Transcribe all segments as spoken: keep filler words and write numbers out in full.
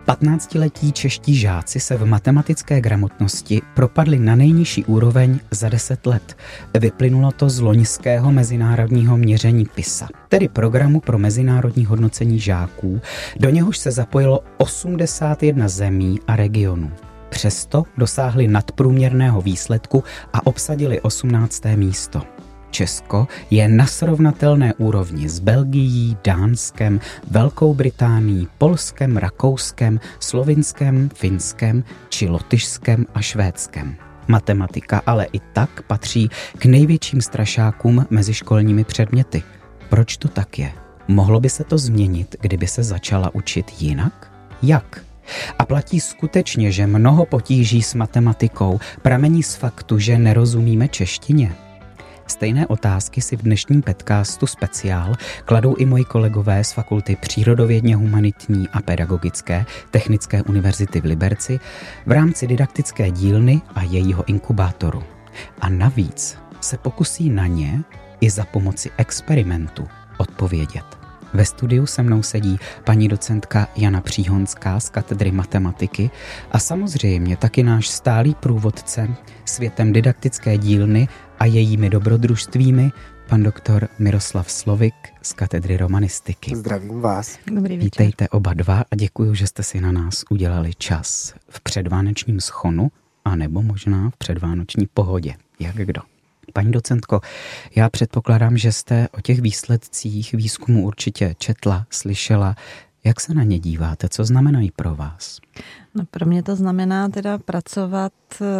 Patnáctiletí čeští žáci se v matematické gramotnosti propadli na nejnižší úroveň za deset let. Vyplynulo to z loňského mezinárodního měření PISA, tedy programu pro mezinárodní hodnocení žáků, do něhož se zapojilo osmdesát jedna zemí a regionů. Přesto dosáhli nadprůměrného výsledku a obsadili osmnácté místo. Česko je na srovnatelné úrovni s Belgií, Dánskem, Velkou Británií, Polskem, Rakouskem, Slovinskem, Finskem či Lotyšskem a Švédskem. Matematika ale i tak patří k největším strašákům mezi školními předměty. Proč to tak je? Mohlo by se to změnit, kdyby se začala učit jinak? Jak? A platí skutečně, že mnoho potíží s matematikou pramení z faktu, že nerozumíme češtině? Stejné otázky si v dnešním podcastu Speciál kladou i moji kolegové z Fakulty přírodovědně humanitní a pedagogické Technické univerzity v Liberci v rámci didaktické dílny a jejího inkubátoru. A navíc se pokusí na ně i za pomoci experimentu odpovědět. Ve studiu se mnou sedí paní docentka Jana Příhonská z katedry matematiky a samozřejmě taky náš stálý průvodce světem didaktické dílny a jejími dobrodružstvími, pan doktor Miroslav Slovik z katedry romanistiky. Zdravím vás. Dobrý večer. Vítejte oba dva a děkuji, že jste si na nás udělali čas v předvánočním schonu a nebo možná v předvánoční pohodě, jak kdo. Paní docentko, já předpokládám, že jste o těch výsledcích výzkumu určitě četla, slyšela. Jak se na ně díváte? Co znamenají pro vás? No, pro mě to znamená teda pracovat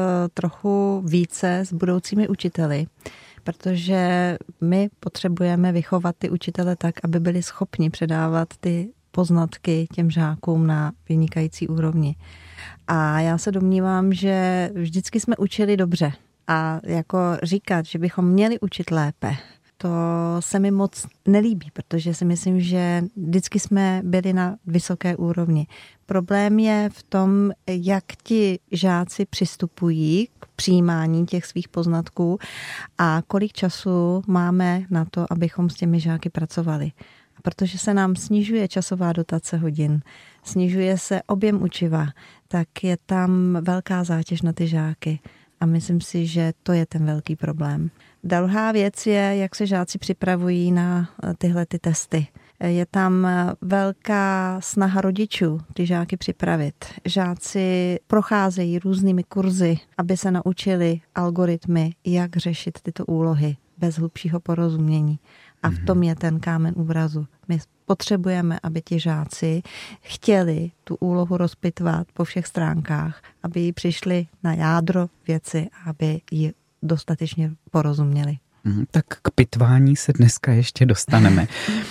trochu více s budoucími učiteli, protože my potřebujeme vychovat ty učitele tak, aby byli schopni předávat ty poznatky těm žákům na vynikající úrovni. A já se domnívám, že vždycky jsme učili dobře. A jako říkat, že bychom měli učit lépe, to se mi moc nelíbí, protože si myslím, že vždycky jsme byli na vysoké úrovni. Problém je v tom, jak ti žáci přistupují k přijímání těch svých poznatků a kolik času máme na to, abychom s těmi žáky pracovali. A protože se nám snižuje časová dotace hodin, snižuje se objem učiva, tak je tam velká zátěž na ty žáky. A myslím si, že to je ten velký problém. Druhá věc je, jak se žáci připravují na tyhle ty testy. Je tam velká snaha rodičů ty žáky připravit. Žáci procházejí různými kurzy, aby se naučili algoritmy, jak řešit tyto úlohy bez hlubšího porozumění. A v tom je ten kámen úrazu. My potřebujeme, aby ti žáci chtěli tu úlohu rozpitvat po všech stránkách, aby ji přišli na jádro věci, aby ji dostatečně porozuměli. Hmm, tak k pitvání se dneska ještě dostaneme.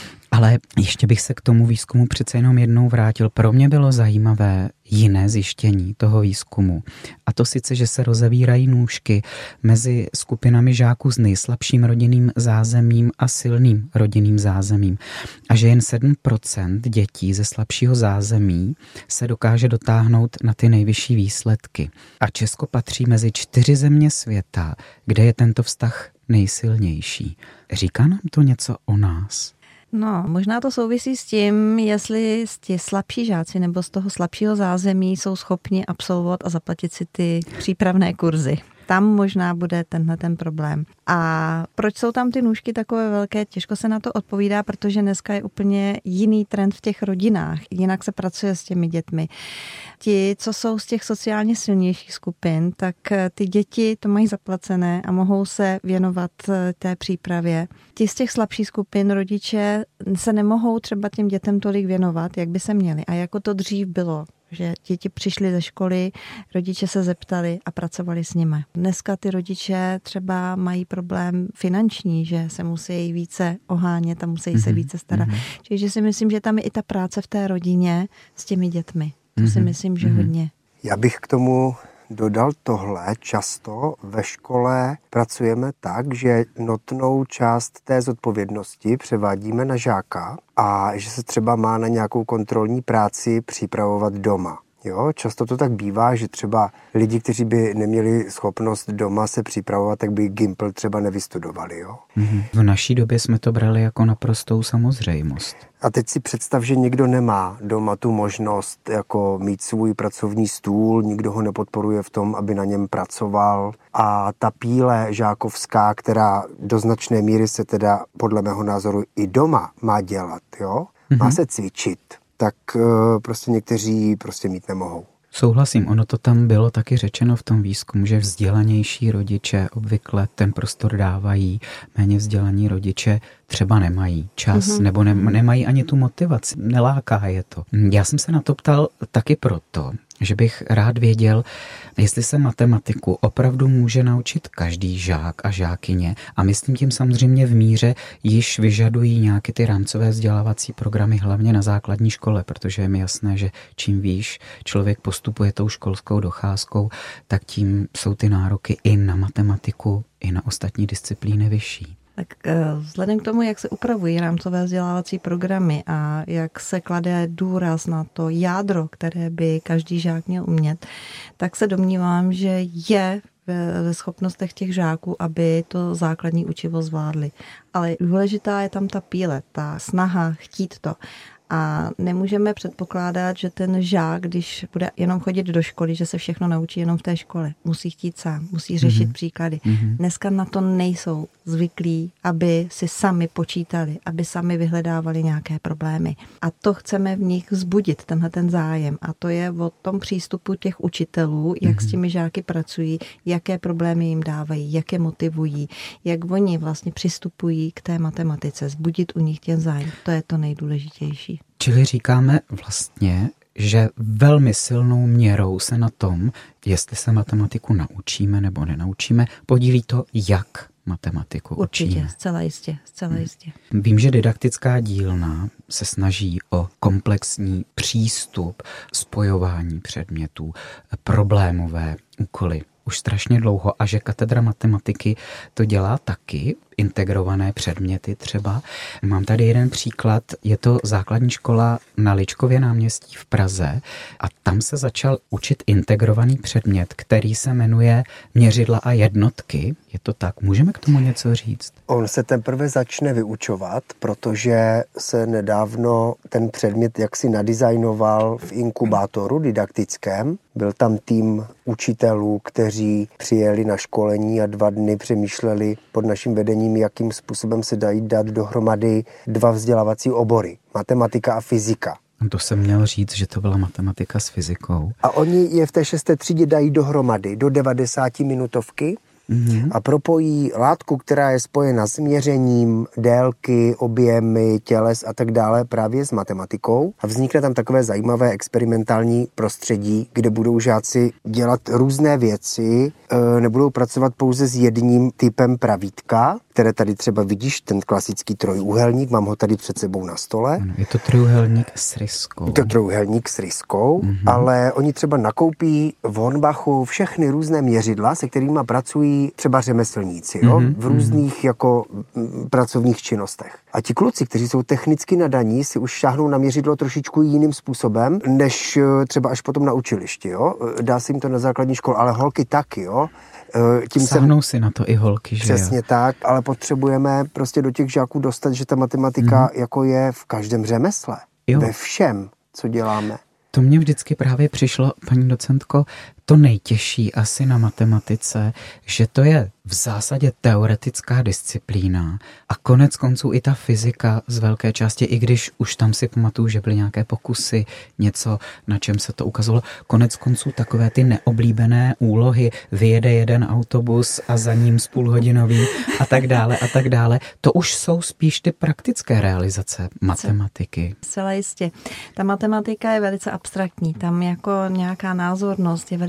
Ale ještě bych se k tomu výzkumu přece jenom jednou vrátil. Pro mě bylo zajímavé jiné zjištění toho výzkumu. A to sice, že se rozevírají nůžky mezi skupinami žáků s nejslabším rodinným zázemím a silným rodinným zázemím. A že jen sedm procent dětí ze slabšího zázemí se dokáže dotáhnout na ty nejvyšší výsledky. A Česko patří mezi čtyři země světa, kde je tento vztah nejsilnější. Říká nám to něco o nás? No, možná to souvisí s tím, jestli ti slabší žáci nebo z toho slabšího zázemí jsou schopni absolvovat a zaplatit si ty přípravné kurzy. Tam možná bude tenhle ten problém. A proč jsou tam ty nůžky takové velké? Těžko se na to odpovídá, protože dneska je úplně jiný trend v těch rodinách. Jinak se pracuje s těmi dětmi. Ti, co jsou z těch sociálně silnějších skupin, tak ty děti to mají zaplacené a mohou se věnovat té přípravě. Ti z těch slabších skupin rodiče se nemohou třeba těm dětem tolik věnovat, jak by se měli. A jako to dřív bylo, že děti přišly ze školy, rodiče se zeptali a pracovali s nimi. Dneska ty rodiče třeba mají problém finanční, že se musí více ohánět a musí mm-hmm. se více starat. Mm-hmm. Čiže si myslím, že tam je i ta práce v té rodině s těmi dětmi. To mm-hmm. si myslím, že mm-hmm. hodně. Já bych k tomu dodal tohle. Často ve škole pracujeme tak, že notnou část té zodpovědnosti převádíme na žáka a že se třeba má na nějakou kontrolní práci připravovat doma. Jo, často to tak bývá, že třeba lidi, kteří by neměli schopnost doma se připravovat, tak by Gimpl třeba nevystudovali. Jo? Mm-hmm. V naší době jsme to brali jako naprostou samozřejmost. A teď si představ, že někdo nemá doma tu možnost jako mít svůj pracovní stůl, nikdo ho nepodporuje v tom, aby na něm pracoval. A ta píle žákovská, která do značné míry se teda podle mého názoru i doma má dělat, jo? Mm-hmm. Má se cvičit, tak prostě někteří prostě mít nemohou. Souhlasím, ono to tam bylo taky řečeno v tom výzkumu, že vzdělanější rodiče obvykle ten prostor dávají, méně vzdělaní rodiče třeba nemají čas mm-hmm. nebo ne, nemají ani tu motivaci, neláká je to. Já jsem se na to ptal taky proto, že bych rád věděl, jestli se matematiku opravdu může naučit každý žák a žákyně a myslím tím samozřejmě v míře již vyžadují nějaké ty rámcové vzdělávací programy hlavně na základní škole, protože je mi jasné, že čím výš člověk postupuje tou školskou docházkou, tak tím jsou ty nároky i na matematiku, i na ostatní disciplíny vyšší. Tak vzhledem k tomu, jak se upravují rámcové vzdělávací programy a jak se klade důraz na to jádro, které by každý žák měl umět, tak se domnívám, že je ve schopnostech těch žáků, aby to základní učivo zvládli. Ale důležitá je tam ta píle, ta snaha chtít to. A nemůžeme předpokládat, že ten žák, když bude jenom chodit do školy, že se všechno naučí jenom v té škole. Musí chtít sám, musí řešit mm-hmm. příklady. Mm-hmm. Dneska na to nejsou zvyklí, aby si sami počítali, aby sami vyhledávali nějaké problémy. A to chceme v nich vzbudit, tenhle ten zájem. A to je o tom přístupu těch učitelů, jak mm-hmm. s těmi žáky pracují, jaké problémy jim dávají, jak je motivují, jak oni vlastně přistupují k té matematice, vzbudit u nich ten zájem. To je to nejdůležitější. Čili říkáme vlastně, že velmi silnou měrou se na tom, jestli se matematiku naučíme nebo nenaučíme, podílí to, jak matematiku Určitě, učíme. zcela jistě, zcela jistě. Vím, že didaktická dílna se snaží o komplexní přístup, spojování předmětů, problémové úkoly už strašně dlouho a že katedra matematiky to dělá taky, integrované předměty třeba. Mám tady jeden příklad, je to základní škola na Ličkově náměstí v Praze a tam se začal učit integrovaný předmět, který se jmenuje měřidla a jednotky. Je to tak? Můžeme k tomu něco říct? On se teprve začne vyučovat, protože se nedávno ten předmět jaksi nadizajnoval v inkubátoru didaktickém. Byl tam tým učitelů, kteří přijeli na školení a dva dny přemýšleli pod naším vedením, jakým způsobem se dají dát dohromady dva vzdělávací obory, matematika a fyzika. To jsem měl říct, že to byla matematika s fyzikou. A oni je v té šesté třídě dají dohromady do devadesáti-minutovky mm-hmm. a propojí látku, která je spojena s měřením délky, objemy, těles a tak dále právě s matematikou a vznikne tam takové zajímavé experimentální prostředí, kde budou žáci dělat různé věci, nebudou pracovat pouze s jedním typem pravítka, které tady třeba vidíš, ten klasický trojúhelník, mám ho tady před sebou na stole. Je to trojúhelník s ryskou. Je to trojúhelník s ryskou, mm-hmm. ale oni třeba nakoupí v Hornbachu všechny různé měřidla, se kterými pracují třeba řemeslníci, jo? Mm-hmm. v různých jako m, pracovních činnostech. A ti kluci, kteří jsou technicky nadaní, si už šáhnou na měřidlo trošičku jiným způsobem, než třeba až potom na učilišti, jo? Dá se jim to na základní škole, ale holky taky, jo? Tím Sáhnou si na to i holky, že Přesně jo? tak, ale potřebujeme prostě do těch žáků dostat, že ta matematika mm-hmm. jako je v každém řemesle. Jo. Ve všem, co děláme. To mně vždycky právě přišlo, paní docentko, to nejtěžší asi na matematice, že to je v zásadě teoretická disciplína a konec konců i ta fyzika z velké části, i když už tam si pamatuju, že byly nějaké pokusy, něco, na čem se to ukazovalo. Konec konců takové ty neoblíbené úlohy, vyjede jeden autobus a za ním s půlhodinovým a tak dále a tak dále. To už jsou spíš ty praktické realizace matematiky. Zcela jistě. Ta matematika je velice abstraktní, tam jako nějaká názornost je velice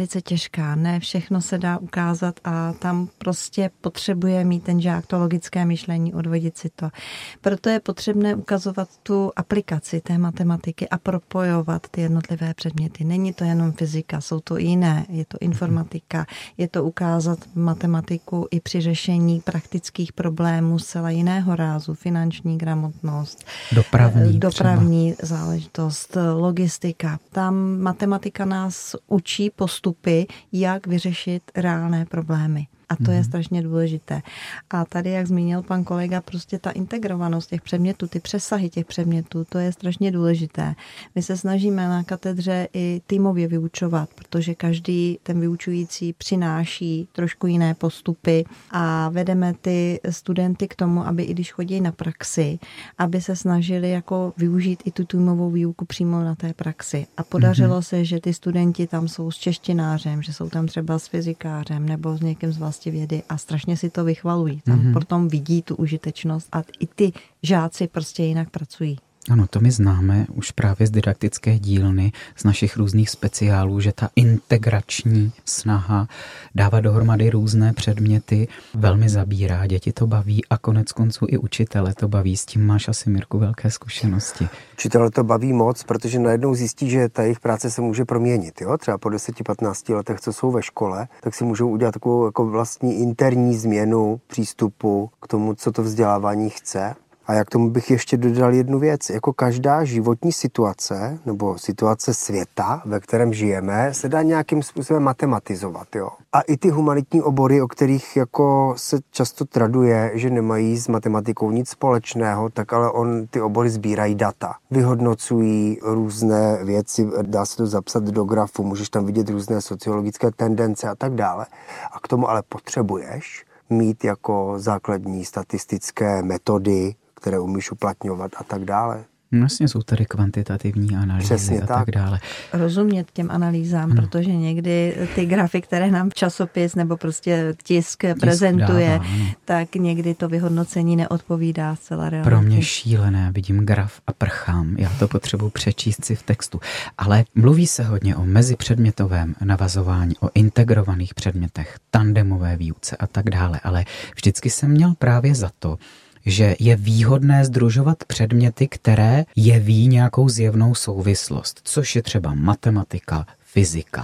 velice těžká. Ne všechno se dá ukázat a tam prostě potřebuje mít ten žák to logické myšlení, odvodit si to. Proto je potřebné ukazovat tu aplikaci té matematiky a propojovat ty jednotlivé předměty. Není to jenom fyzika, jsou to i jiné. Je to informatika, je to ukázat matematiku i při řešení praktických problémů zcela jiného rázu, finanční gramotnost, dopravní, dopravní záležitost, logistika. Tam matematika nás učí postupy, jak vyřešit reálné problémy. A to je strašně důležité. A tady, jak zmínil pan kolega, prostě ta integrovanost těch předmětů, ty přesahy těch předmětů, to je strašně důležité. My se snažíme na katedře i týmově vyučovat, protože každý ten vyučující přináší trošku jiné postupy a vedeme ty studenty k tomu, aby i když chodí na praxi, aby se snažili jako využít i tu týmovou výuku přímo na té praxi. A podařilo mm-hmm. se, že ty studenti tam jsou s češtinářem, že jsou tam třeba s fyzikářem nebo s někým z vlastní vědy a strašně si to vychvalují. Tam mm-hmm. potom vidí tu užitečnost a i ty žáci prostě jinak pracují. Ano, to my známe už právě z didaktické dílny, z našich různých speciálů, že ta integrační snaha dávat dohromady různé předměty velmi zabírá, děti to baví a konec konců i učitele to baví. S tím máš asi, Mirku, velké zkušenosti. Učitele to baví moc, protože najednou zjistí, že ta jejich práce se může proměnit. Jo? Třeba po deseti patnácti letech, co jsou ve škole, tak si můžou udělat takovou jako vlastní interní změnu přístupu k tomu, co to vzdělávání chce. A jak tomu bych ještě dodal jednu věc, jako každá životní situace nebo situace světa, ve kterém žijeme, se dá nějakým způsobem matematizovat. Jo? A i ty humanitní obory, o kterých jako se často traduje, že nemají s matematikou nic společného, tak ale on ty obory sbírají data, vyhodnocují různé věci, dá se to zapsat do grafu, můžeš tam vidět různé sociologické tendence a tak dále. A k tomu ale potřebuješ mít jako základní statistické metody, které umíš uplatňovat a tak dále. Vlastně jsou tady kvantitativní analýzy Přesně a tak. tak dále. Rozumět těm analýzám, ano. Protože někdy ty grafy, které nám časopis nebo prostě tisk, tisk prezentuje, dává, tak někdy to vyhodnocení neodpovídá zcela realitě. Pro mě šílené, vidím graf a prchám. Já to potřebuji přečíst si v textu. Ale mluví se hodně o mezipředmětovém navazování, o integrovaných předmětech, tandemové výuce a tak dále. Ale vždycky jsem měl právě za to, že je výhodné sdružovat předměty, které jeví nějakou zjevnou souvislost, což je třeba matematika, fyzika,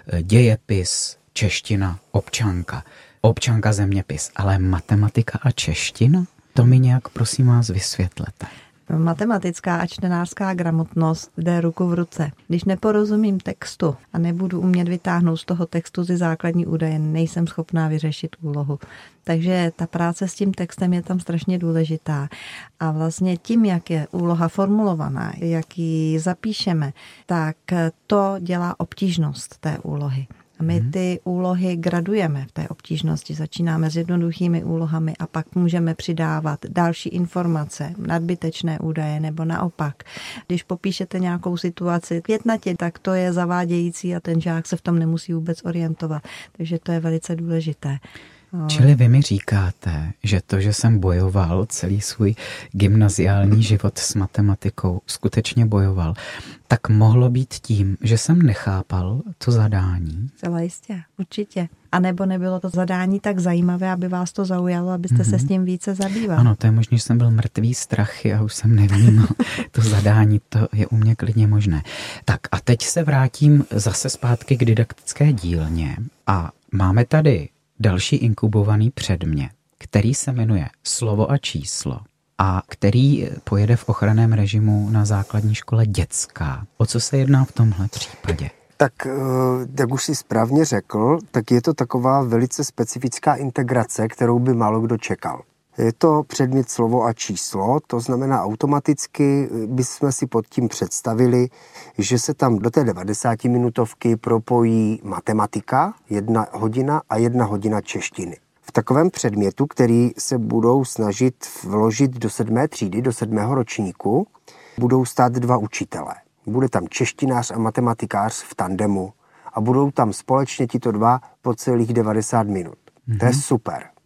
dějepis, čeština, občanka, občanka zeměpis, ale matematika a čeština? To mi nějak, prosím vás, vysvětlete. Matematická a čtenářská gramotnost jde ruku v ruce. Když neporozumím textu a nebudu umět vytáhnout z toho textu ty základní údaje, nejsem schopná vyřešit úlohu. Takže ta práce s tím textem je tam strašně důležitá. A vlastně tím, jak je úloha formulovaná, jak ji zapíšeme, tak to dělá obtížnost té úlohy. A my ty úlohy gradujeme v té obtížnosti. Začínáme s jednoduchými úlohami a pak můžeme přidávat další informace, nadbytečné údaje nebo naopak. Když popíšete nějakou situaci květnatě, tak to je zavádějící a ten žák se v tom nemusí vůbec orientovat. Takže to je velice důležité. Čili vy mi říkáte, že to, že jsem bojoval celý svůj gymnaziální život s matematikou, skutečně bojoval, tak mohlo být tím, že jsem nechápal to zadání? Celá jistě, určitě. A nebo nebylo to zadání tak zajímavé, aby vás to zaujalo, abyste mm-hmm. se s tím více zabývali. Ano, to je možné, že jsem byl mrtvý strachy a už jsem nevnímal to zadání, to je u mě klidně možné. Tak a teď se vrátím zase zpátky k didaktické dílně a máme tady další inkubovaný předmět, který se jmenuje slovo a číslo a který pojede v ochranném režimu na základní škole dětská. O co se jedná v tomhle případě? Tak, jak už jsi správně řekl, tak je to taková velice specifická integrace, kterou by málo kdo čekal. Je to předmět slovo a číslo, to znamená automaticky bychom si pod tím představili, že se tam do té devadesátiminutovky propojí matematika, jedna hodina a jedna hodina češtiny. V takovém předmětu, který se budou snažit vložit do sedmé třídy, do sedmého ročníku, budou stát dva učitelé. Bude tam češtinář a matematikář v tandemu a budou tam společně tito dva po celých devadesát minut. Mm-hmm. To je super.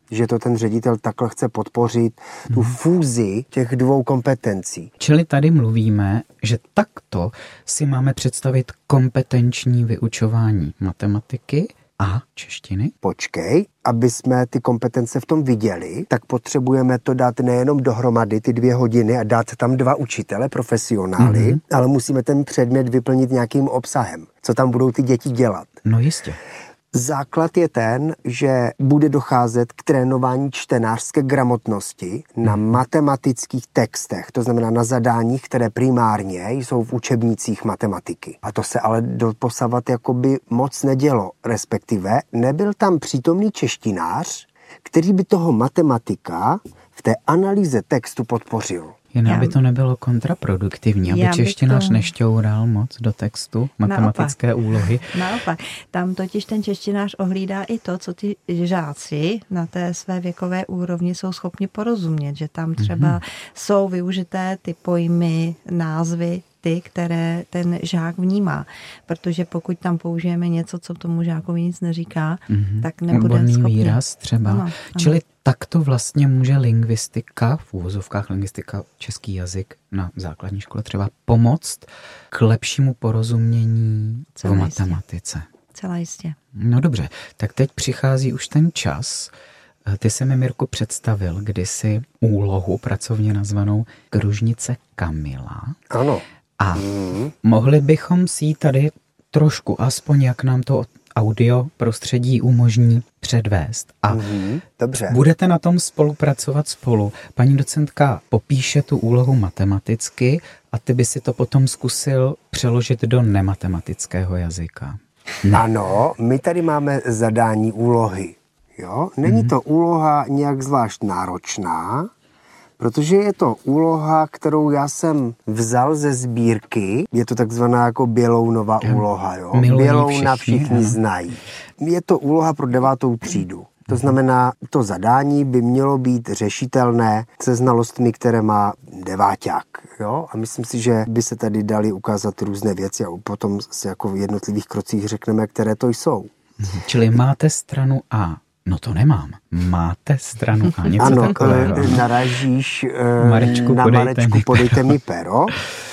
že to ten ředitel takhle chce podpořit, tu hmm. fúzi těch dvou kompetencí. Čili tady mluvíme, že takto si máme představit kompetenční vyučování matematiky a češtiny? Počkej, aby jsme ty kompetence v tom viděli, tak potřebujeme to dát nejenom dohromady, ty dvě hodiny a dát tam dva učitele, profesionály, mm-hmm. ale musíme ten předmět vyplnit nějakým obsahem. Co tam budou ty děti dělat? No jistě. Základ je ten, že bude docházet k trénování čtenářské gramotnosti na matematických textech, to znamená na zadáních, které primárně jsou v učebnicích matematiky. A to se ale doposavat jakoby moc nedělo, respektive nebyl tam přítomný češtinář, který by toho matematika v té analýze textu podpořil. Jen aby to nebylo kontraproduktivní, aby češtinář to... nešťoural moc do textu matematické Naopak. úlohy. Naopak. Tam totiž ten češtinář ohlídá i to, co ty žáci na té své věkové úrovni jsou schopni porozumět, že tam třeba mm-hmm. jsou využité ty pojmy, názvy, ty, které ten žák vnímá. Protože pokud tam použijeme něco, co tomu žákovi nic neříká, mm-hmm. tak nebude Odborný schopný. výraz třeba. Ano, ano. Čili takto vlastně může lingvistika, v úvozovkách lingvistika, český jazyk na základní škole třeba pomoct k lepšímu porozumění Celá v matematice. Jistě. Celá jistě. No dobře, tak teď přichází už ten čas. Ty se mi, Mirku, představil kdysi úlohu pracovně nazvanou Kružnice Kamila. Ano. A mohli bychom si ji tady trošku, aspoň jak nám to audio prostředí umožní, předvést. A mm-hmm, dobře. Budete na tom spolupracovat spolu. Paní docentka popíše tu úlohu matematicky a ty by si to potom zkusil přeložit do nematematického jazyka. Ne. Ano, my tady máme zadání úlohy. Jo? Není mm-hmm. to úloha nějak zvlášť náročná, protože je to úloha, kterou já jsem vzal ze sbírky. Je to takzvaná jako Bělounova úloha. Jo? Bělouna všichni, všichni znají. Je to úloha pro devátou třídu. To znamená, to zadání by mělo být řešitelné se znalostmi, které má deváťák. Jo? A myslím si, že by se tady dali ukázat různé věci a potom se jako v jednotlivých krocích řekneme, které to jsou. Čili máte stranu A. No to nemám. Máte stranu A. Něco ano, takového. Ano, narážíš Marečku, na podejte Marečku, mi podejte mi pero.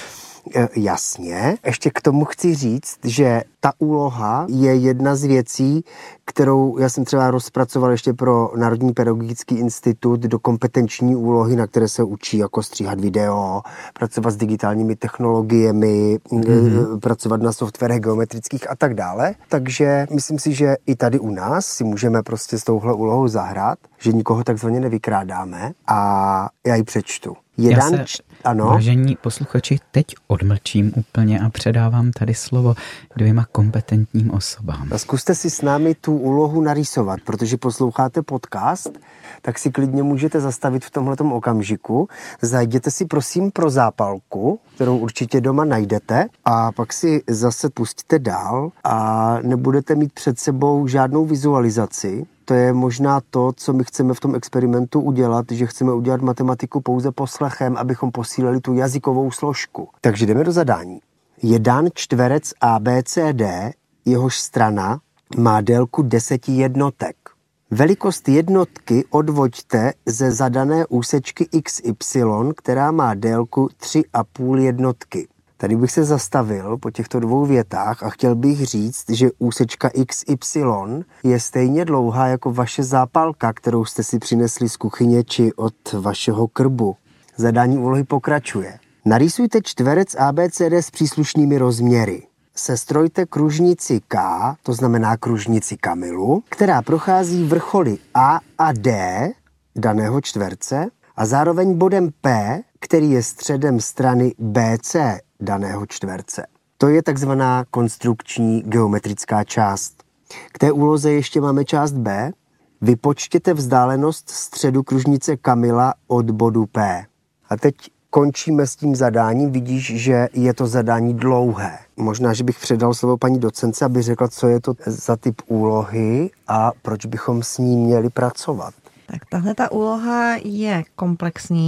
Jasně. Ještě k tomu chci říct, že ta úloha je jedna z věcí, kterou já jsem třeba rozpracoval ještě pro Národní pedagogický institut do kompetenční úlohy, na které se učí jako stříhat video, pracovat s digitálními technologiemi, mm-hmm. pracovat na softwarech geometrických a tak dále. Takže myslím si, že i tady u nás si můžeme prostě s touhle úlohou zahrát, že nikoho takzvaně nevykrádáme a já ji přečtu. Jedan, Já se, ano. Vážení posluchači, teď odmlčím úplně a předávám tady slovo dvěma kompetentním osobám. A zkuste si s námi tu úlohu narýsovat, protože posloucháte podcast, tak si klidně můžete zastavit v tomhletom okamžiku. Zajděte si prosím pro zápalku, kterou určitě doma najdete a pak si zase pustíte dál a nebudete mít před sebou žádnou vizualizaci. To je možná to, co my chceme v tom experimentu udělat, že chceme udělat matematiku pouze poslechem, abychom posílili tu jazykovou složku. Takže jdeme do zadání. Je dán čtverec A B C D, jehož strana má délku deseti jednotek. Velikost jednotky odvoďte ze zadané úsečky X Y, která má délku tři a půl jednotky. Tady bych se zastavil po těchto dvou větách a chtěl bych říct, že úsečka X Y je stejně dlouhá jako vaše zápalka, kterou jste si přinesli z kuchyně či od vašeho krbu. Zadání úlohy pokračuje. Narýsujte čtverec A B C D s příslušnými rozměry. Sestrojte kružnici K, to znamená kružnici Kamilu, která prochází vrcholy A a D daného čtverce a zároveň bodem P, který je středem strany B C daného čtverce. To je takzvaná konstrukční geometrická část. K té úloze ještě máme část B. Vypočtěte vzdálenost středu kružnice Kamila od bodu P. A teď končíme s tím zadáním. Vidíš, že je to zadání dlouhé. Možná, že bych předal slovo paní docence, aby řekla, co je to za typ úlohy a proč bychom s ní měli pracovat. Tak tahle ta úloha je komplexní,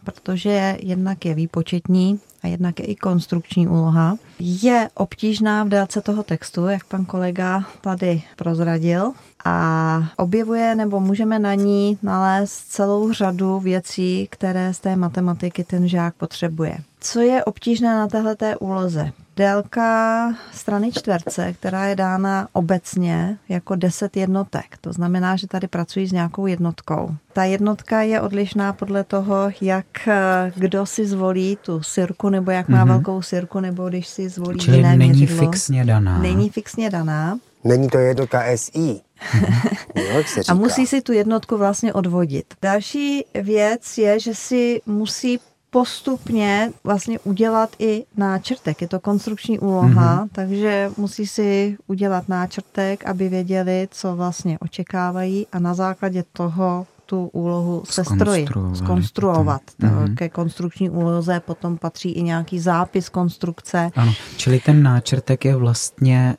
protože jednak je výpočetní a jednak je i konstrukční úloha. Je obtížná v délce toho textu, jak pan kolega tady prozradil, a objevuje nebo můžeme na ní nalézt celou řadu věcí, které z té matematiky ten žák potřebuje. Co je obtížné na téhleté úloze? Délka strany čtverce, která je dána obecně jako deset jednotek. To znamená, že tady pracují s nějakou jednotkou. Ta jednotka je odlišná podle toho, jak kdo si zvolí tu sirku, nebo jak má mm-hmm. velkou sirku, nebo když si zvolí Čili jiné není měřidlo. fixně daná. Není fixně daná. Není to jednotka S I. Jak se říká. A musí si tu jednotku vlastně odvodit. Další věc je, že si musí postupně vlastně udělat i náčrtek. Je to konstrukční úloha, mm-hmm. takže musí si udělat náčrtek, aby věděli, co vlastně očekávají a na základě toho tu úlohu sestrojit, zkonstruovat. Mm-hmm. Ke konstrukční úloze potom patří i nějaký zápis konstrukce. Ano, čili ten náčrtek je vlastně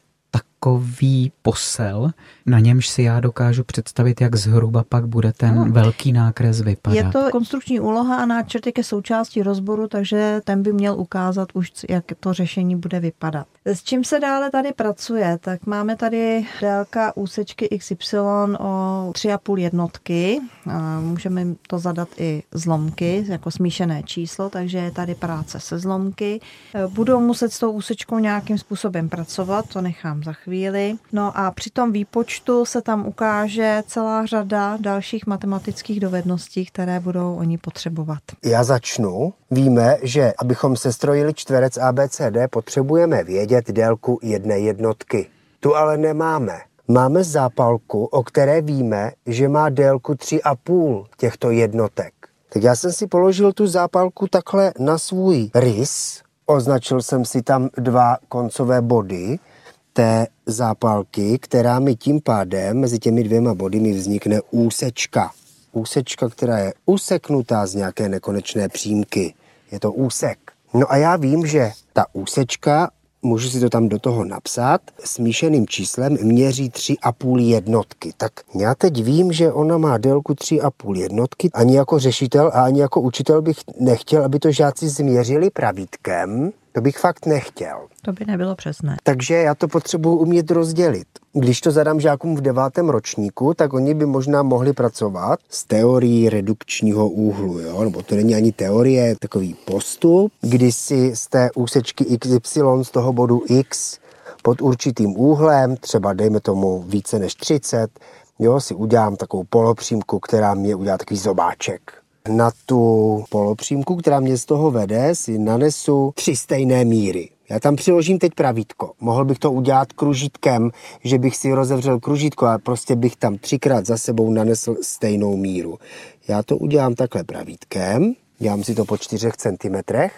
takový posel, na němž si já dokážu představit, jak zhruba pak bude ten no. velký nákres vypadat. Je to konstrukční úloha a náčrtek je součástí rozboru, takže ten by měl ukázat už, jak to řešení bude vypadat. S čím se dále tady pracuje? Tak máme tady délka úsečky X Y o tři a půl jednotky. Můžeme to zadat i zlomky, jako smíšené číslo, takže je tady práce se zlomky. Budou muset s tou úsečkou nějakým způsobem pracovat, to nechám za chvíli. No a při tom výpočtu se tam ukáže celá řada dalších matematických dovedností, které budou oni potřebovat. Já začnu. Víme, že abychom sestrojili čtverec A B C D, potřebujeme vědět délku jedné jednotky. Tu ale nemáme. Máme zápalku, o které víme, že má délku tři a půl těchto jednotek. Tak já jsem si položil tu zápalku takhle na svůj rys. Označil jsem si tam dva koncové body té zápalky, která mi tím pádem mezi těmi dvěma body mi vznikne úsečka. Úsečka, která je useknutá z nějaké nekonečné přímky. Je to úsek. No a já vím, že ta úsečka, můžu si to tam do toho napsat, smíšeným číslem měří tři a půl jednotky. Tak já teď vím, že ona má délku tři a půl jednotky. Ani jako řešitel a ani jako učitel bych nechtěl, aby to žáci změřili pravítkem. To bych fakt nechtěl. To by nebylo přesné. Takže já to potřebuji umět rozdělit. Když to zadám žákům v devátém ročníku, tak oni by možná mohli pracovat s teorií redukčního úhlu, jo? Nebo to není ani teorie, takový postup, kdy si z té úsečky X Y, z toho bodu X pod určitým úhlem, třeba dejme tomu více než třicet, jo, si udělám takovou polopřímku, která mě udělá takový zobáček. Na tu polopřímku, která mě z toho vede, si nanesu tři stejné míry. Já tam přiložím teď pravítko. Mohl bych to udělat kružítkem, že bych si rozevřel kružítko a prostě bych tam třikrát za sebou nanesl stejnou míru. Já to udělám takhle pravítkem, dělám si to po čtyřech centimetrech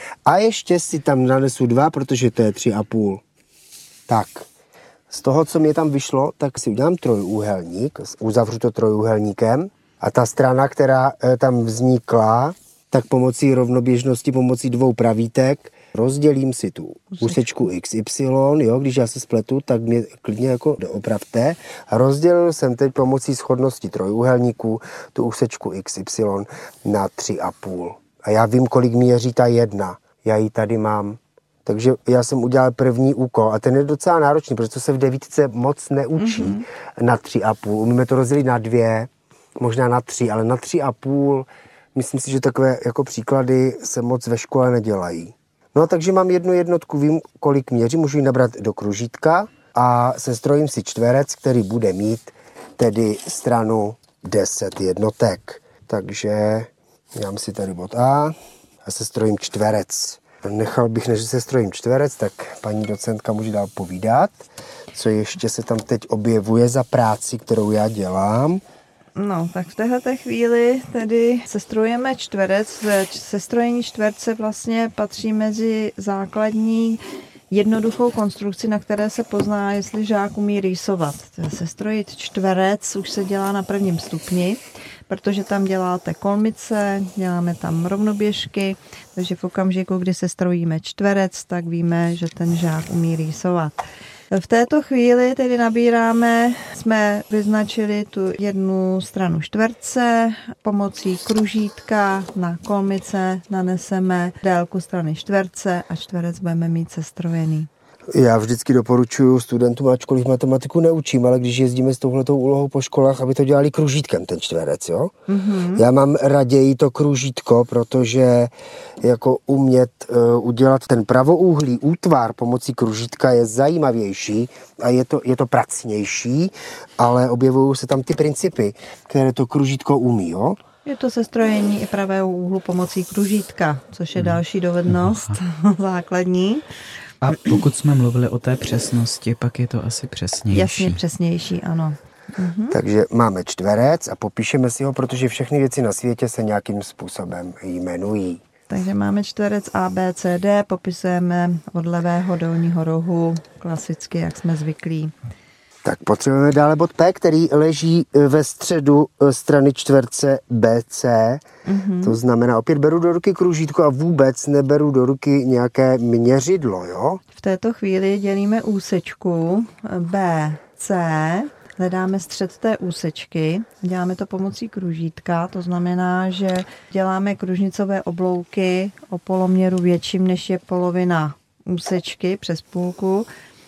a ještě si tam nanesu dva, protože to je tři a půl. Tak, z toho, co mě tam vyšlo, tak si udělám trojúhelník, uzavřu to trojúhelníkem. A ta strana, která tam vznikla, tak pomocí rovnoběžnosti, pomocí dvou pravítek, rozdělím si tu úsečku X Y, jo, když já se spletu, tak mě klidně jako doopravte. A rozdělil jsem teď pomocí shodnosti trojúhelníků tu úsečku X Y na tři a půl. A já vím, kolik měří ta jedna. Já ji tady mám. Takže já jsem udělal první úkol a ten je docela náročný, protože se v devítce moc neučí mm-hmm. na tři a půl. Umíme to rozdělit na dvě, možná na tři, ale na tři a půl, myslím si, že takové jako příklady se moc ve škole nedělají. No takže mám jednu jednotku, vím, kolik měří, můžu ji nabrat do kružítka a sestrojím si čtverec, který bude mít tedy stranu deset jednotek. Takže dám si tady bod A a sestrojím čtverec. Nechal bych, než sestrojím čtverec, tak paní docentka může dál povídat, co ještě se tam teď objevuje za práci, kterou já dělám. No, tak v této chvíli tedy sestrojujeme čtverec. Sestrojení čtverce vlastně patří mezi základní jednoduchou konstrukci, na které se pozná, jestli žák umí rýsovat. Sestrojit čtverec už se dělá na prvním stupni, protože tam děláte kolmice, děláme tam rovnoběžky, takže v okamžiku, kdy sestrojíme čtverec, tak víme, že ten žák umí rýsovat. V této chvíli tedy nabíráme, jsme vyznačili tu jednu stranu čtverce, pomocí kružítka na kolmice naneseme délku strany čtverce a čtverec budeme mít sestrojený. Já vždycky doporučuji studentům, ačkoliv matematiku neučím, ale když jezdíme s touhletou úlohou po školách, aby to dělali kružítkem ten čtverec, jo? Mm-hmm. Já mám raději to kružítko, protože jako umět uh, udělat ten pravoúhlý útvar pomocí kružítka je zajímavější a je to, je to pracnější, ale objevují se tam ty principy, které to kružítko umí, jo? Je to sestrojení i pravého úhlu pomocí kružítka, což je další dovednost základní. A pokud jsme mluvili o té přesnosti, pak je to asi přesnější. Jasně přesnější, ano. Mhm. Takže máme čtverec a popíšeme si ho, protože všechny věci na světě se nějakým způsobem jmenují. Takže máme čtverec A, B, C, D, popisujeme od levého dolního rohu, klasicky, jak jsme zvyklí. Tak potřebujeme dále bod P, který leží ve středu strany čtverce B C. Mm-hmm. To znamená, opět beru do ruky kružítko a vůbec neberu do ruky nějaké měřidlo, jo? V této chvíli dělíme úsečku B C, hledáme střed té úsečky, děláme to pomocí kružítka, to znamená, že děláme kružnicové oblouky o poloměru větším, než je polovina úsečky přes půlku.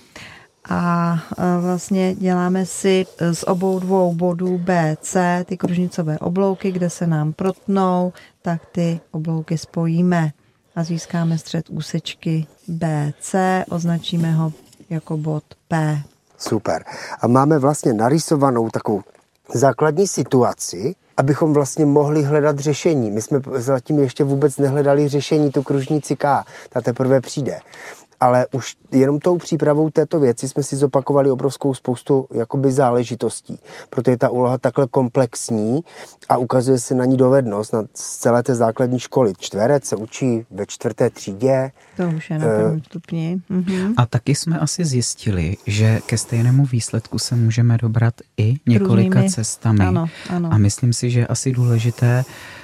A vlastně děláme si z obou dvou bodů B, C ty kružnicové oblouky, kde se nám protnou, tak ty oblouky spojíme a získáme střed úsečky B C, označíme ho jako bod P. Super. A máme vlastně narysovanou takovou základní situaci, abychom vlastně mohli hledat řešení. My jsme zatím ještě vůbec nehledali řešení, tu kružnici K, ta teprve přijde. Ale už jenom tou přípravou této věci jsme si zopakovali obrovskou spoustu jakoby záležitostí. Proto je ta úloha takhle komplexní a ukazuje se na ní dovednost na celé té základní školy. Čtverec se učí ve čtvrté třídě. To už je na prvním stupni. Mhm. A taky jsme asi zjistili, že ke stejnému výsledku se můžeme dobrat i několika Různými cestami. Ano, ano. A myslím si, že je asi důležité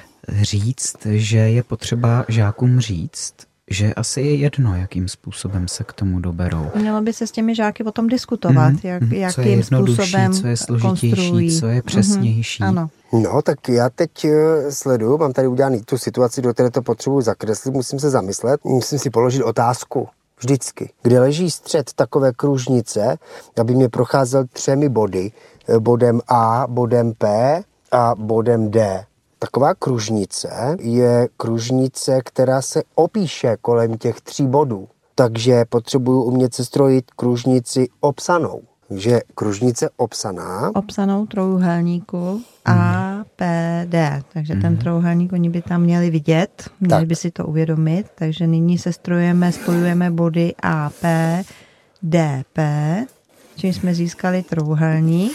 říct, že je potřeba žákům říct, že asi je jedno, jakým způsobem se k tomu doberou. Mělo by se s těmi žáky o tom diskutovat, mm, jak, mm, jakým způsobem co je složitější, konstruují. co je přesnější. Mm, ano. No, tak já teď sleduju, mám tady udělaný tu situaci, do které to potřebuji zakreslit, musím se zamyslet, musím si položit otázku. Vždycky. Kde leží střed takové kružnice, aby mě procházel třemi body, bodem A, bodem P a bodem D. Taková kružnice je kružnice, která se opíše kolem těch tří bodů. Takže potřebuju umět sestrojit kružnici opsanou. Takže kružnice opsaná. Obsanou trojúhelníku A, P, D. Takže mm. ten trojúhelník oni by tam měli vidět, měli tak. by si to uvědomit. Takže nyní sestrojujeme, spojujeme body A, P, D, P, čím jsme získali trojúhelník.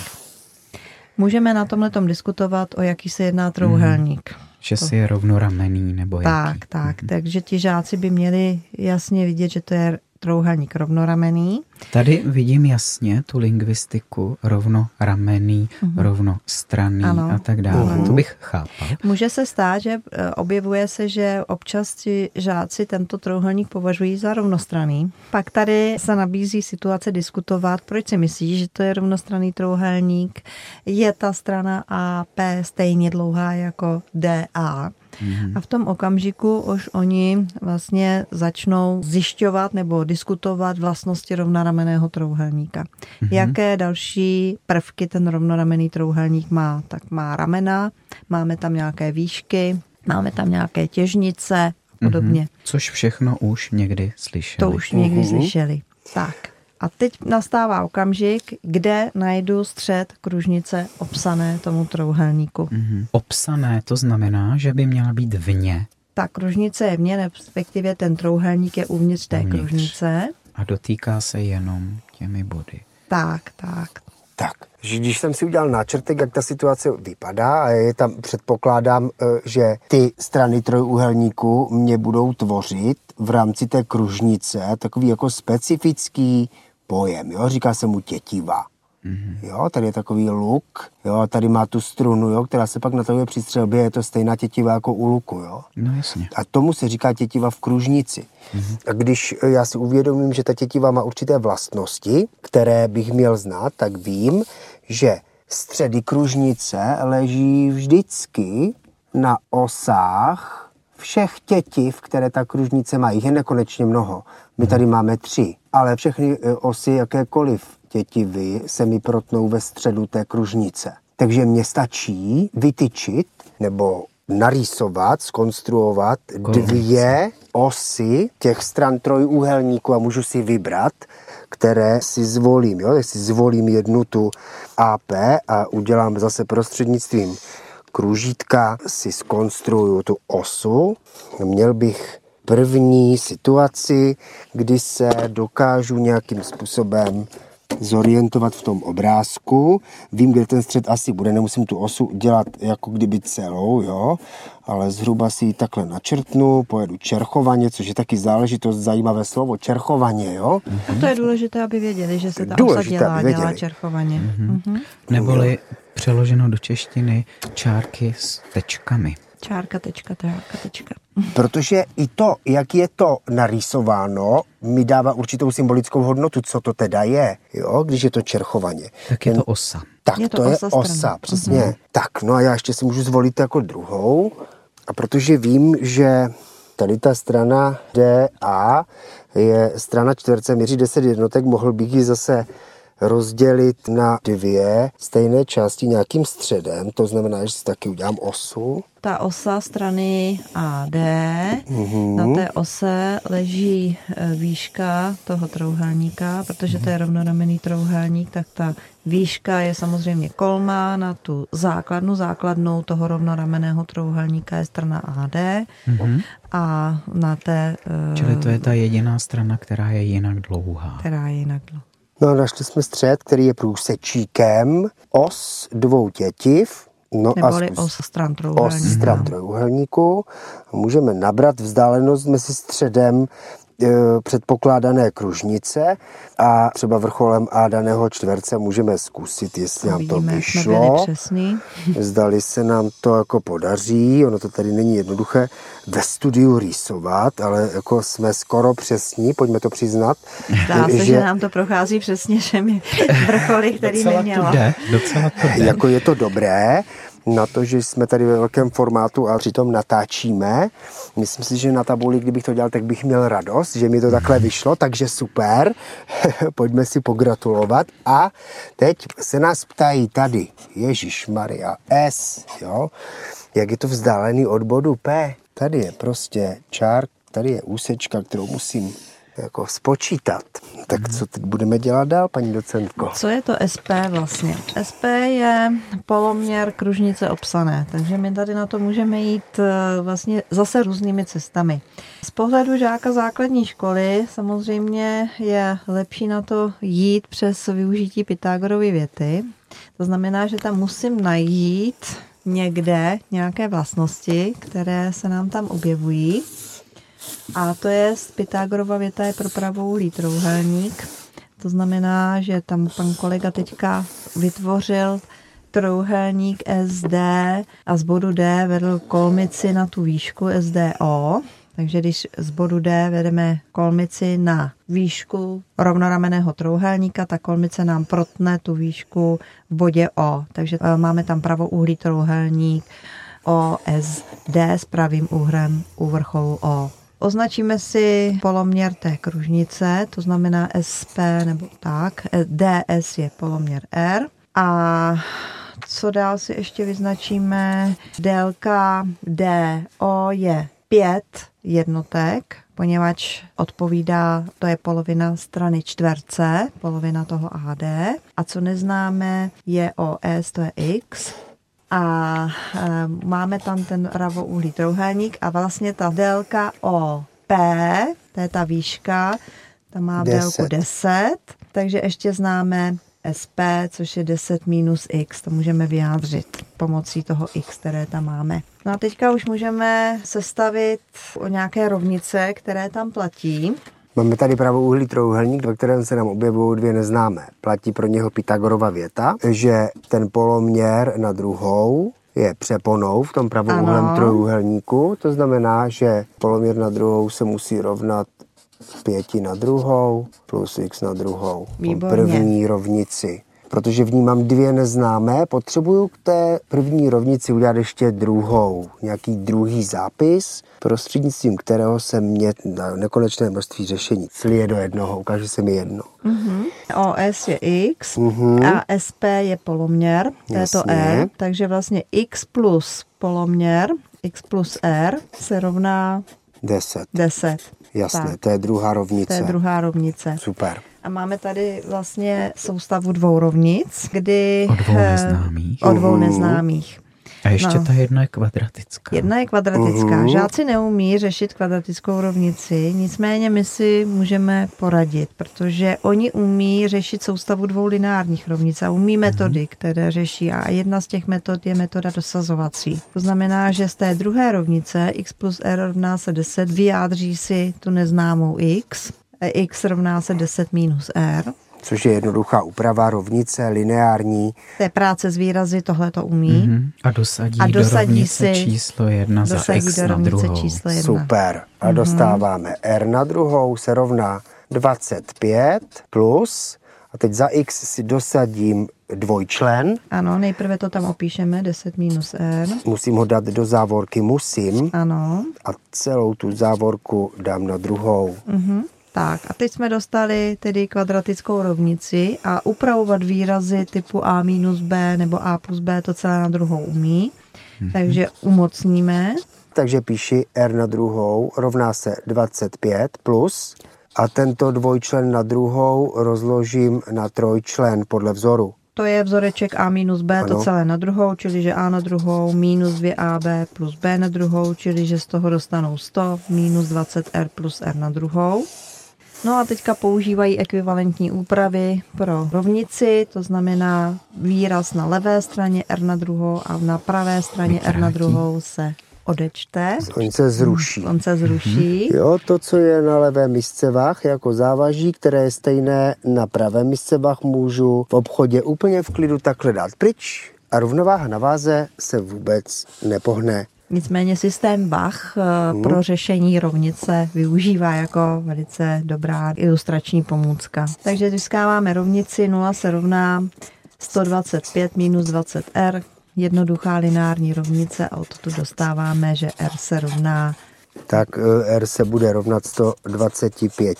Můžeme na tomhletom diskutovat, o jaký se jedná trojúhelník. Mm. Že si je rovnoramenný nebo jaký. Tak, tak. Mm. Takže ti žáci by měli jasně vidět, že to je trojúhelník rovnoramenný. Tady vidím jasně tu lingvistiku, rovnoramenný, uh-huh. rovnostranný a tak dále. Uh-huh. To bych chápal. Může se stát, že objevuje se, že občas ti žáci tento trojúhelník považují za rovnostranný. Pak tady se nabízí situace diskutovat, proč si myslíš, že to je rovnostranný trojúhelník. Je ta strana A P stejně dlouhá jako D A. Mm. A v tom okamžiku už oni vlastně začnou zjišťovat nebo diskutovat vlastnosti rovnoramenného trojúhelníka. Mm. Jaké další prvky ten rovnoramenný trojúhelník má? Tak má ramena, máme tam nějaké výšky, máme tam nějaké těžnice a podobně. Mm. Což všechno už někdy slyšeli. To už někdy uh-huh. slyšeli. Tak. A teď nastává okamžik, kde najdu střed kružnice obsané tomu trojúhelníku. Mm-hmm. Obsané, to znamená, že by měla být vně. Ta kružnice je vně, respektive ten trojúhelník je uvnitř té uvnitř. kružnice. A dotýká se jenom těmi body. Tak, tak. Tak, že když jsem si udělal náčrtek, jak ta situace vypadá a je tam, předpokládám, že ty strany trojúhelníku mě budou tvořit v rámci té kružnice takový jako specifický pojem, jo? Říká se mu tětiva. Mm-hmm. Jo, tady je takový luk, jo, tady má tu strunu, jo, která se pak natahuje při střelbě, je to stejná tětiva jako u luku, jo. No jasně. A tomu se říká tětiva v kružnici. Mm-hmm. A když já si uvědomím, že ta tětiva má určité vlastnosti, které bych měl znát, tak vím, že středy kružnice leží vždycky na osách všech tětiv, které ta kružnice má. Jich je nekonečně mnoho. My tady máme tři, ale všechny osy jakékoliv tětivy se mi protnou ve středu té kružnice. Takže mě stačí vytyčit nebo narýsovat, zkonstruovat dvě osy těch stran trojúhelníku a můžu si vybrat, které si zvolím. Jo? Tak si zvolím jednu tu A P a udělám zase prostřednictvím kružítka, si zkonstruuju tu osu. Měl bych první situaci, kdy se dokážu nějakým způsobem zorientovat v tom obrázku. Vím, kde ten střed asi bude, nemusím tu osu dělat jako kdyby celou, jo, ale zhruba si ji takhle načrtnu, pojedu čerchovaně, což je taky záležitost, zajímavé slovo, čerchovaně, jo. A to je důležité, aby věděli, že se ta důležité, osa dělá, dělá čerchovaně. Mm-hmm. Mm-hmm. Neboli přeloženo do češtiny čárky s tečkami. Čárka, tečka, čárka, tečka. Protože i to, jak je to narýsováno, mi dává určitou symbolickou hodnotu, co to teda je, jo, když je to čerchovaně. Tak je to osa. Tak je to, to osa je osa, strana. přesně. Uh-huh. Tak, no a já ještě si můžu zvolit jako druhou. A protože vím, že tady ta strana D A je strana čtverce, měří deset jednotek, mohl bych ji zase rozdělit na dvě stejné části nějakým středem, to znamená, že si taky udělám osu. Ta osa strany A D, mm-hmm. na té ose leží výška toho trouhelníka, protože to je rovnoramenný trouhelník, tak ta výška je samozřejmě kolma na tu základnu. Základnou toho rovnoramenného trouhelníka je strana A D mm-hmm. a na té... Čili to je ta jediná strana, která je jinak dlouhá. Která je jinak dlouhá. No a našli jsme střed, který je průsečíkem os dvou tětiv. No Neboli a os stran trouhelníku. Os stran trouhelníku. Můžeme nabrat vzdálenost mezi středem e, předpokládané kružnice a třeba vrcholem A daného čtverce můžeme zkusit, jestli nám to vyšlo. Zdali se nám to jako podaří. Ono to tady není jednoduché ve studiu rýsovat, ale jako jsme skoro přesní, pojďme to přiznat. Zdá se, že, že nám to prochází přesně všemi vrcholy, který neměla. Docela to jde. Jako je to dobré, na to, že jsme tady ve velkém formátu a přitom natáčíme. Myslím si, že na tabuli, kdybych to dělal, tak bych měl radost, že mi to takhle vyšlo, takže super. Pojďme si pogratulovat. A teď se nás ptají tady, Ježišmarja, S, jo, jak je to vzdálený od bodu P. Tady je prostě čár, tady je úsečka, kterou musím jako spočítat. Tak co teď budeme dělat dál, paní docentko? Co je to S P vlastně? S P je poloměr kružnice obsané, takže my tady na to můžeme jít vlastně zase různými cestami. Z pohledu žáka základní školy samozřejmě je lepší na to jít přes využití Pythagorovy věty. To znamená, že tam musím najít někde nějaké vlastnosti, které se nám tam objevují. A to je Pythagorova věta je pro pravouhlý trouhelník. To znamená, že tam pan kolega teďka vytvořil trouhelník S D a z bodu D vedl kolmici na tu výšku S D O. Takže když z bodu D vedeme kolmici na výšku rovnoramenného trouhelníka, ta kolmice nám protne tu výšku v bodě O. Takže máme tam pravouhlý trouhelník O S D s pravým úhrem u vrcholu O. Označíme si poloměr té kružnice, to znamená S P nebo tak, D S je poloměr R. A co dál si ještě vyznačíme? Délka D O je pět jednotek, poněvadž odpovídá, to je polovina strany čtverce, polovina toho A D. A co neznáme je O S, to je X. A e, máme tam ten pravouhlý trouhelník a vlastně ta délka O P, to je ta výška, ta má délku deset, takže ještě známe S P, což je deset minus X, to můžeme vyjádřit pomocí toho X, které tam máme. No a teďka už můžeme sestavit nějaké rovnice, které tam platí. Máme tady pravouhlý trojúhelník, ve kterém se nám objevují dvě neznámé. Platí pro něho Pythagorova věta, že ten poloměr na druhou je přeponou v tom pravouhlém trojúhelníku. To znamená, že poloměr na druhou se musí rovnat pěti na druhou plus x na druhou. Výborně. První rovnici. Protože v ní mám dvě neznámé, potřebuju k té první rovnici udělat ještě druhou. Nějaký druhý zápis, prostřednictvím kterého se mě na nekonečné množství řešení slije do jednoho. Ukáže se mi jedno. Uh-huh. O S je x uh-huh. a S P je poloměr této E, takže vlastně x plus poloměr, x plus R se rovná deset. deset. Jasně, tak. To je druhá rovnice. To je druhá rovnice. Super. A máme tady vlastně soustavu dvou rovnic, kdy... O dvou neznámých. O dvou uhum. neznámých. A ještě no. ta jedna je kvadratická. Jedna je kvadratická. Uhum. Žáci neumí řešit kvadratickou rovnici, nicméně my si můžeme poradit, protože oni umí řešit soustavu dvou lineárních rovnic a umí metody, které řeší. A jedna z těch metod je metoda dosazovací. To znamená, že z té druhé rovnice x plus r rovná se deset, vyjádří si tu neznámou x. X rovná se deset minus r. Což je jednoduchá úprava rovnice, lineární. To je práce s výrazy, tohle to umí. Mm-hmm. A dosadí, a dosadí do rovnice si, číslo jedna za x do na druhou. Číslo jedna. Super. A mm-hmm. dostáváme r na druhou se rovná dvacet pět plus, a teď za x si dosadím dvojčlen. Ano, nejprve to tam opíšeme, deset minus r. Musím ho dát do závorky musím. Ano. A celou tu závorku dám na druhou. Mhm. Tak a teď jsme dostali tedy kvadratickou rovnici a upravovat výrazy typu a minus b nebo a plus b to celé na druhou umí. Mm-hmm. Takže umocníme. Takže píši r na druhou rovná se dvacet pět plus a tento dvojčlen na druhou rozložím na trojčlen podle vzoru. To je vzoreček a minus b, ano. To celé na druhou, čili že a na druhou minus dvě a b plus b na druhou, čili že z toho dostanou sto minus dvacet r plus r na druhou. No a teďka používají ekvivalentní úpravy pro rovnici, to znamená výraz na levé straně r na druhou a na pravé straně r na druhou se odečte. On se zruší. On se zruší. Jo, to, co je na levé misce vah jako závaží, které je stejné na pravé misce vah, můžu v obchodě úplně v klidu takhle dát pryč a rovnováha na váze se vůbec nepohne. Nicméně systém Bach hmm. pro řešení rovnice využívá jako velice dobrá ilustrační pomůcka. Takže získáváme rovnici, nula se rovná sto dvacet pět minus dvacet r, jednoduchá lineární rovnice a odtud dostáváme, že r se rovná... Tak r se bude rovnat sto dvacet pět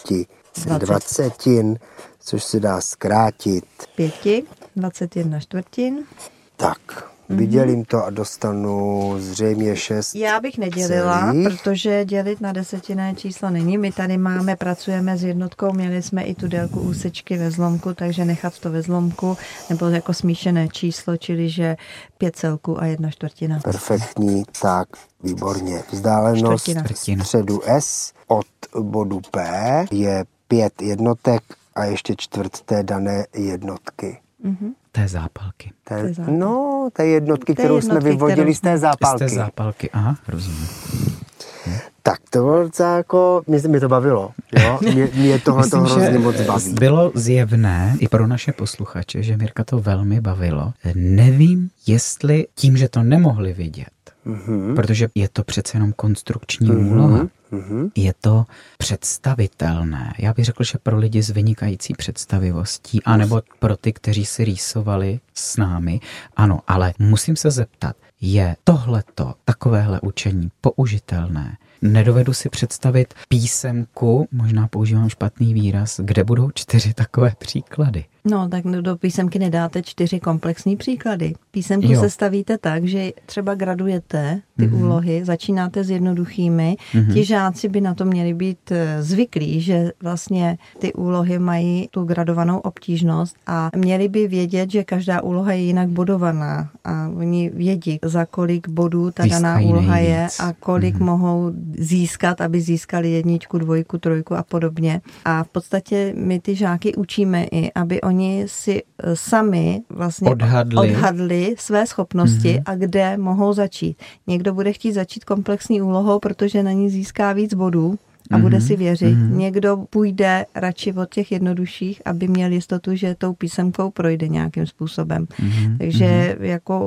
dvacetin, což se dá zkrátit. Pěti, dvacet jedna čtvrtin. Tak... Vydělím to a dostanu zřejmě šest. Já bych nedělila, celých. Protože dělit na desetinné číslo není. My tady máme, pracujeme s jednotkou, měli jsme i tu délku úsečky ve zlomku, takže nechat to ve zlomku, nebo jako smíšené číslo, čili že pět celků a jedna čtvrtina. Perfektní, tak, výborně. Vzdálenost středu S od bodu P je pět jednotek a ještě čtvrt té dané jednotky. Mhm. Té zápalky. Té, no, té jednotky, té kterou jednotky, jsme vyvodili kterou... z té zápalky. Z té zápalky, aha, rozumím. Hm. Tak to bylo jako, mě, mě to bavilo, jo? Mě, mě tohle to hrozně moc baví. Bylo zjevné i pro naše posluchače, že Mirka to velmi bavilo. Nevím, jestli tím, že to nemohli vidět, mm-hmm. protože je to přece jenom konstrukční mm-hmm. úloha, mm-hmm. je to představitelné. Já bych řekl, že pro lidi s vynikající představivostí, anebo pro ty, kteří si rýsovali s námi, ano, ale musím se zeptat, je tohleto, takovéhle učení použitelné? Nedovedu si představit písemku, možná používám špatný výraz, kde budou čtyři takové příklady. No, tak do písemky nedáte čtyři komplexní příklady. Písemku jo. se stavíte tak, že třeba gradujete ty mm-hmm. úlohy, začínáte s jednoduchými. Mm-hmm. Ti žáci by na to měli být zvyklí, že vlastně ty úlohy mají tu gradovanou obtížnost a měli by vědět, že každá úloha je jinak bodovaná a oni vědí, za kolik bodů ta daná úloha nejvíc. Je a kolik mm-hmm. mohou získat, aby získali jedničku, dvojku, trojku a podobně. A v podstatě my ty žáky učíme i, aby oni si sami vlastně odhadli, odhadli své schopnosti mm-hmm. a kde mohou začít. Někdo bude chtít začít komplexní úlohou, protože na ní získá víc bodů a mm-hmm. bude si věřit. Mm-hmm. Někdo půjde radši od těch jednodušších, aby měl jistotu, že tou písemkou projde nějakým způsobem. Mm-hmm. Takže mm-hmm. jako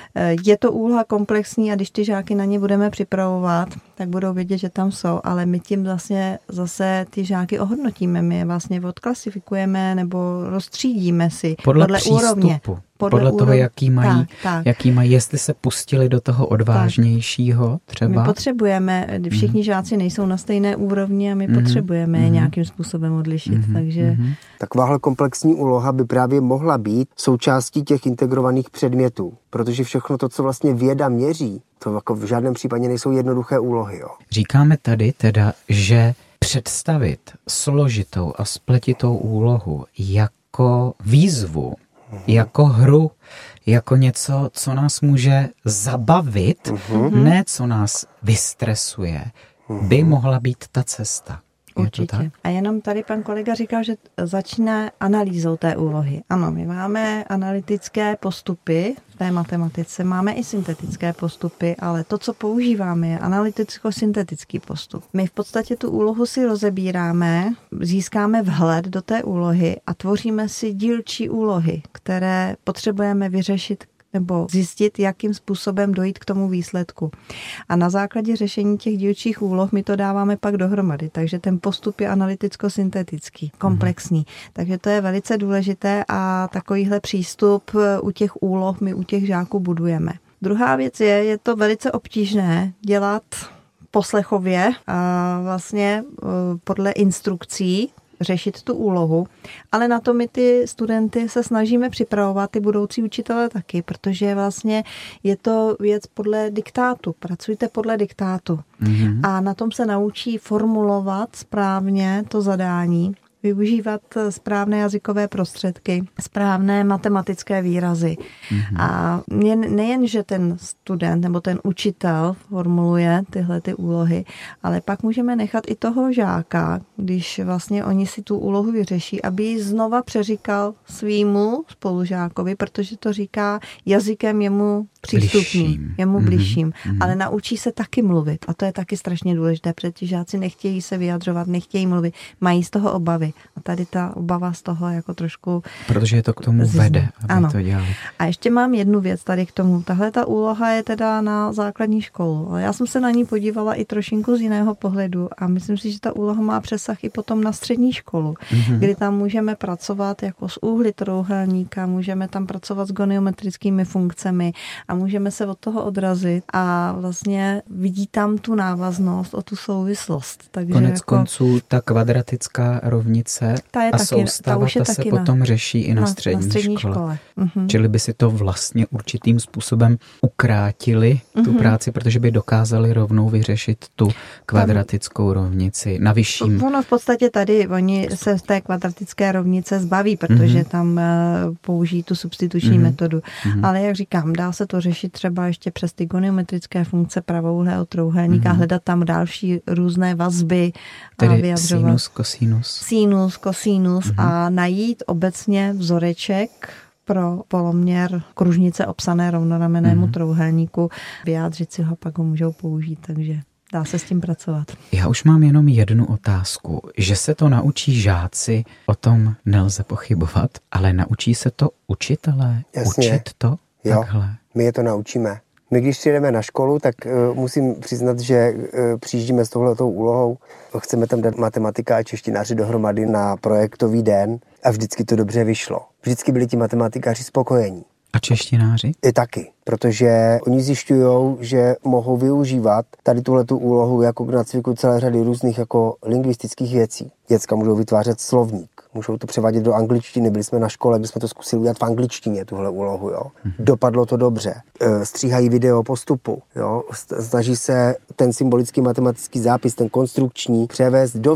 je to úloha komplexní a když ty žáky na ně budeme připravovat, tak budou vědět, že tam jsou, ale my tím vlastně zase ty žáky ohodnotíme, my je vlastně odklasifikujeme nebo rozstřídíme si podle, podle přístupu. úrovně. Podle, podle toho, jaký mají, tak, tak. jaký mají, jestli se pustili do toho odvážnějšího třeba. My potřebujeme, všichni mm. žáci nejsou na stejné úrovni a my mm. potřebujeme je mm. nějakým způsobem odlišit. Mm. Takže... Mm. Takováhle komplexní úloha by právě mohla být součástí těch integrovaných předmětů, protože všechno to, co vlastně věda měří, to jako v žádném případě nejsou jednoduché úlohy. Jo. Říkáme tady teda, že představit složitou a spletitou úlohu jako výzvu, jako hru, jako něco, co nás může zabavit, uh-huh. ne co nás vystresuje, uh-huh. by mohla být ta cesta. Určitě. A jenom tady pan kolega říkal, že začíná analýzou té úlohy. Ano, my máme analytické postupy v té matematice, máme i syntetické postupy, ale to, co používáme, je analyticko-syntetický postup. My v podstatě tu úlohu si rozebíráme, získáme vhled do té úlohy a tvoříme si dílčí úlohy, které potřebujeme vyřešit nebo zjistit, jakým způsobem dojít k tomu výsledku. A na základě řešení těch dílčích úloh my to dáváme pak dohromady. Takže ten postup je analyticko-syntetický, komplexní. Mm-hmm. Takže to je velice důležité a takovýhle přístup u těch úloh my u těch žáků budujeme. Druhá věc je, je to velice obtížné dělat poslechově a vlastně podle instrukcí řešit tu úlohu, ale na to my ty studenty se snažíme připravovat, ty budoucí učitele taky, protože vlastně je to věc podle diktátu. Pracujte podle diktátu. Mm-hmm. A na tom se naučí formulovat správně to zadání, využívat správné jazykové prostředky, správné matematické výrazy. Mm-hmm. A nejen, že ten student nebo ten učitel formuluje tyhle ty úlohy, ale pak můžeme nechat i toho žáka, když vlastně oni si tu úlohu vyřeší, aby ji znova přeříkal svýmu spolužákovi, protože to říká jazykem jemu přístupným, jemu bližším, mm-hmm. ale naučí se taky mluvit. A to je taky strašně důležité, protože ti žáci nechtějí se vyjadřovat, nechtějí mluvit, mají z toho obavy. A tady ta obava z toho jako trošku... Protože je to k tomu zizne. Vede, aby ano. to dělali. A ještě mám jednu věc tady k tomu. Tahle ta úloha je teda na základní školu. Ale já jsem se na ní podívala i trošinku z jiného pohledu a myslím si, že ta úloha má přesah i potom na střední školu, mm-hmm. kdy tam můžeme pracovat jako s úhly trojúhelníka, můžeme tam pracovat s goniometrickými funkcemi a můžeme se od toho odrazit a vlastně vidí tam tu návaznost o tu souvislost. Takže konec jako, konců ta kvadratická rovnice ta je a taky, soustava, ta, ta se potom na, řeší i na, na střední, na střední škole. škole. Uh-huh. Čili by si to vlastně určitým způsobem ukrátili, tu uh-huh. práci, protože by dokázali rovnou vyřešit tu kvadratickou rovnici na vyšším. Ono v podstatě tady, oni se z té kvadratické rovnice zbaví, protože uh-huh. tam uh, použijí tu substituční uh-huh. metodu. Uh-huh. Ale jak říkám, dá se to řešit třeba ještě přes ty goniometrické funkce pravouhlého trojúhelníka, uh-huh. hledat tam další různé vazby tedy a vyjadřovat. sinus, kosinus. Sinus, kosinus uh-huh. a najít obecně vzoreček pro poloměr kružnice obsané rovnoramennému uh-huh. trojúhelníku. Vyjádřit si ho, pak ho můžou použít, takže dá se s tím pracovat. Já už mám jenom jednu otázku. Že se to naučí žáci, o tom nelze pochybovat, ale naučí se to učitelé? Jasně. Učit to jo, takhle? My je to naučíme. My když přijdeme na školu, tak uh, musím přiznat, že uh, přijíždíme s touhletou úlohou. Chceme tam dát matematika a češtináři dohromady na projektový den a vždycky to dobře vyšlo. Vždycky byli ti matematikáři spokojení. A češtináři? I taky, protože oni zjišťují, že mohou využívat tady tuhletu úlohu jako k nácviku celé řady různých jako lingvistických věcí. Děcka můžou vytvářet slovník, můžou to převádět do angličtiny. Byli jsme na škole, kde jsme to zkusili udělat v angličtině, tuhle úlohu. Jo. Mm-hmm. Dopadlo to dobře. Stříhají video postupu. Jo. Snaží se ten symbolický matematický zápis, ten konstrukční, převést do vět.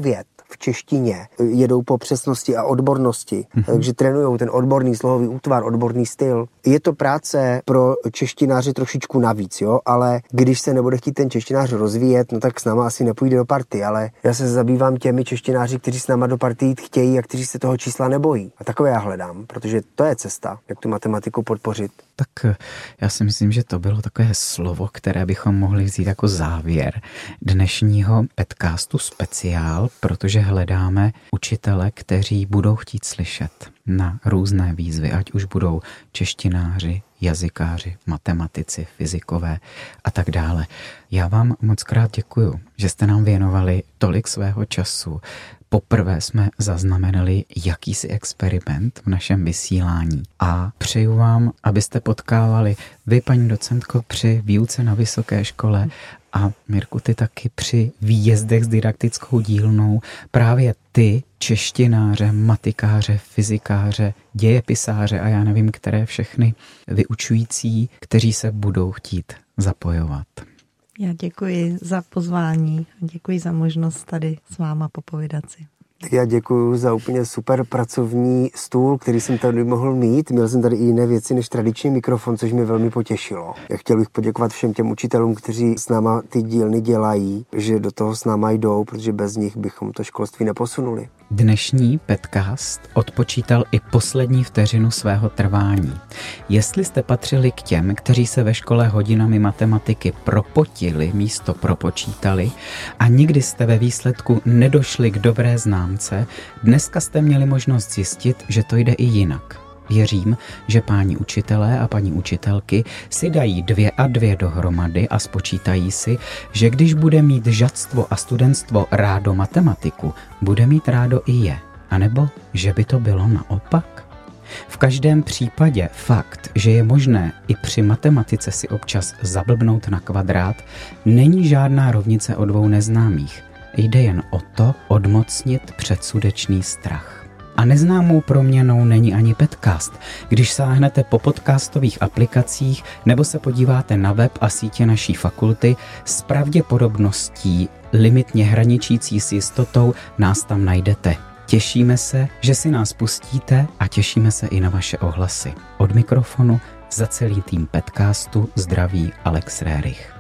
v češtině. Jedou po přesnosti a odbornosti, mm-hmm. takže trénujou ten odborný slohový útvar, odborný styl. Je to práce pro češtináře trošičku navíc, jo, ale když se nebude chtít ten češtinář rozvíjet, no tak s náma asi nepůjde do party, ale já se zabývám těmi češtináři, kteří s náma do party jít chtějí a kteří se toho čísla nebojí. A takové já hledám, protože to je cesta, jak tu matematiku podpořit. Tak já si myslím, že to bylo takové slovo, které bychom mohli vzít jako závěr dnešního podcastu speciál, protože hledáme učitele, kteří budou chtít slyšet na různé výzvy, ať už budou češtináři, jazykáři, matematici, fyzikové a tak dále. Já vám moc krát děkuju, že jste nám věnovali tolik svého času. Poprvé jsme zaznamenali jakýsi experiment v našem vysílání a přeju vám, abyste potkávali vy, paní docentko, při výuce na vysoké škole a Mirku, ty taky při výjezdech s didaktickou dílnou právě ty češtináře, matikáře, fyzikáře, dějepisáře a já nevím, které všechny vyučující, kteří se budou chtít zapojovat. Já děkuji za pozvání a děkuji za možnost tady s váma popovídat si. Tak já děkuji za úplně super pracovní stůl, který jsem tady mohl mít. Měl jsem tady i jiné věci než tradiční mikrofon, což mě velmi potěšilo. Já chtěl bych poděkovat všem těm učitelům, kteří s náma ty dílny dělají, že do toho s náma jdou, protože bez nich bychom to školství neposunuli. Dnešní podcast odpočítal i poslední vteřinu svého trvání. Jestli jste patřili k těm, kteří se ve škole hodinami matematiky propotili místo propočítali a nikdy jste ve výsledku nedošli k dobré známce, dneska jste měli možnost zjistit, že to jde i jinak. Věřím, že páni učitelé a paní učitelky si dají dvě a dvě dohromady a spočítají si, že když bude mít žadstvo a studentstvo rádo matematiku, bude mít rádo i je. A nebo, že by to bylo naopak? V každém případě fakt, že je možné i při matematice si občas zablbnout na kvadrát, není žádná rovnice o dvou neznámých. Jde jen o to odmocnit předsudečný strach. A neznámou proměnou není ani podcast. Když sáhnete po podcastových aplikacích nebo se podíváte na web a sítě naší fakulty, s pravděpodobností limitně hraničící s jistotou nás tam najdete. Těšíme se, že si nás pustíte a těšíme se i na vaše ohlasy. Od mikrofonu za celý tým podcastu zdraví Alex Rérich.